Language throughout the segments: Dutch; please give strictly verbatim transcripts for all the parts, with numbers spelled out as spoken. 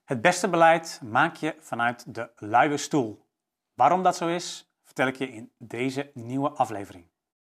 Het beste beleid maak je vanuit de luie stoel. Waarom dat zo is, vertel ik je in deze nieuwe aflevering.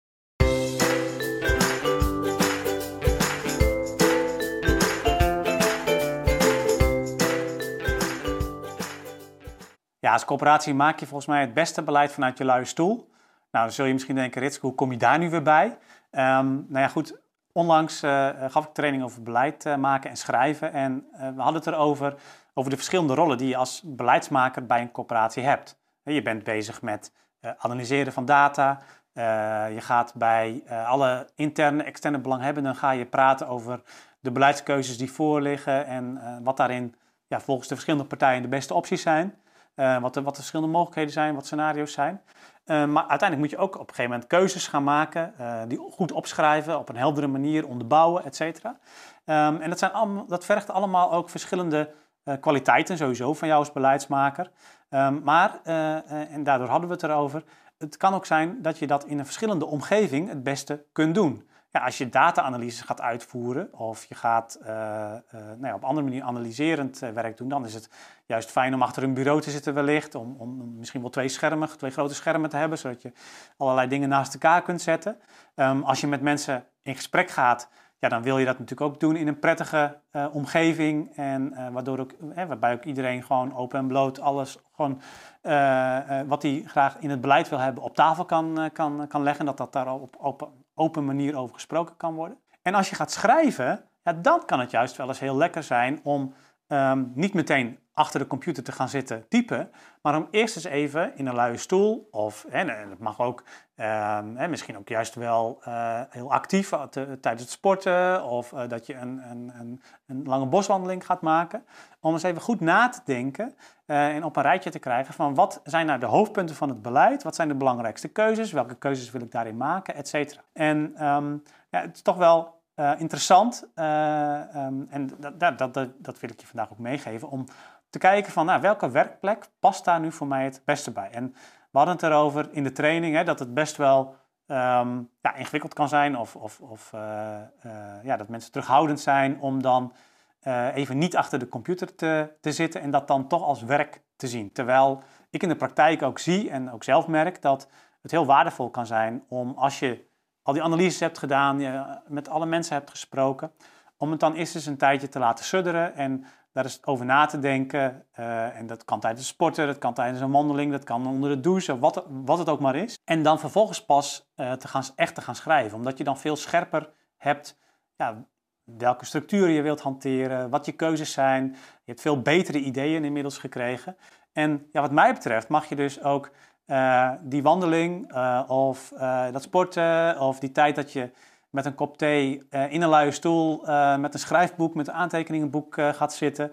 Ja, als corporatie maak je volgens mij het beste beleid vanuit je luie stoel. Nou, dan zul je misschien denken, Rits, hoe kom je daar nu weer bij? Um, nou ja, goed. Onlangs uh, gaf ik training over beleid uh, maken en schrijven. En uh, we hadden het erover over de verschillende rollen die je als beleidsmaker bij een corporatie hebt. Je bent bezig met uh, analyseren van data. Uh, je gaat bij uh, alle interne, externe belanghebbenden ga je praten over de beleidskeuzes die voorliggen en uh, wat daarin ja, volgens de verschillende partijen de beste opties zijn. Uh, wat, de, wat de verschillende mogelijkheden zijn, wat scenario's zijn. Uh, maar uiteindelijk moet je ook op een gegeven moment keuzes gaan maken, uh, die goed opschrijven, op een heldere manier onderbouwen, et cetera. Um, en dat, zijn allemaal, dat vergt allemaal ook verschillende uh, kwaliteiten sowieso van jou als beleidsmaker. Um, maar, uh, uh, en daardoor hadden we het erover, het kan ook zijn dat je dat in een verschillende omgeving het beste kunt doen. Ja, als je data-analyses gaat uitvoeren of je gaat uh, uh, nou ja, op een andere manier analyserend uh, werk doen, dan is het juist fijn om achter een bureau te zitten wellicht, om, om misschien wel twee schermen, twee grote schermen te hebben, zodat je allerlei dingen naast elkaar kunt zetten. Um, als je met mensen in gesprek gaat, ja, dan wil je dat natuurlijk ook doen in een prettige uh, omgeving en uh, waardoor ook, eh, waarbij ook iedereen gewoon open en bloot alles gewoon uh, uh, wat hij graag in het beleid wil hebben op tafel kan, uh, kan, kan leggen, dat dat daar op open open manier over gesproken kan worden. En als je gaat schrijven, ja, dan kan het juist wel eens heel lekker zijn om um, niet meteen achter de computer te gaan zitten typen, maar om eerst eens even in een luie stoel of, en het mag ook um, hè, misschien ook juist wel uh, heel actief uh, te, tijdens het sporten of uh, dat je een, een, een, een lange boswandeling gaat maken, om eens even goed na te denken uh, en op een rijtje te krijgen van wat zijn nou de hoofdpunten van het beleid, wat zijn de belangrijkste keuzes, welke keuzes wil ik daarin maken, et cetera. En um, ja, het is toch wel uh, interessant uh, um, en dat, dat, dat, dat wil ik je vandaag ook meegeven om te kijken van nou, welke werkplek past daar nu voor mij het beste bij. En we hadden het erover in de training hè, dat het best wel um, ja, ingewikkeld kan zijn of, of, of uh, uh, ja, dat mensen terughoudend zijn om dan uh, even niet achter de computer te, te zitten en dat dan toch als werk te zien. Terwijl ik in de praktijk ook zie en ook zelf merk dat het heel waardevol kan zijn om als je al die analyses hebt gedaan, je met alle mensen hebt gesproken, om het dan eerst eens een tijdje te laten sudderen en daar eens over na te denken. Uh, en dat kan tijdens sporten, dat kan tijdens een wandeling, dat kan onder de douche, wat, wat het ook maar is. En dan vervolgens pas uh, te gaan, echt te gaan schrijven. Omdat je dan veel scherper hebt ja, welke structuren je wilt hanteren, wat je keuzes zijn. Je hebt veel betere ideeën inmiddels gekregen. En ja, wat mij betreft mag je dus ook uh, die wandeling uh, of uh, dat sporten of die tijd dat je met een kop thee uh, in een luie stoel, uh, met een schrijfboek, met een aantekeningenboek uh, gaat zitten.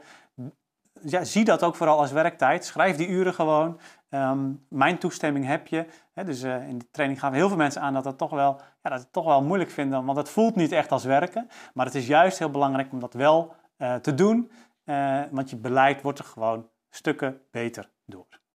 Ja, zie dat ook vooral als werktijd. Schrijf die uren gewoon. Um, mijn toestemming heb je. He, dus uh, in de training gaan we heel veel mensen aan dat dat toch wel, ja, dat het toch wel moeilijk vinden, want het voelt niet echt als werken. Maar het is juist heel belangrijk om dat wel uh, te doen, uh, want je beleid wordt er gewoon stukken beter door.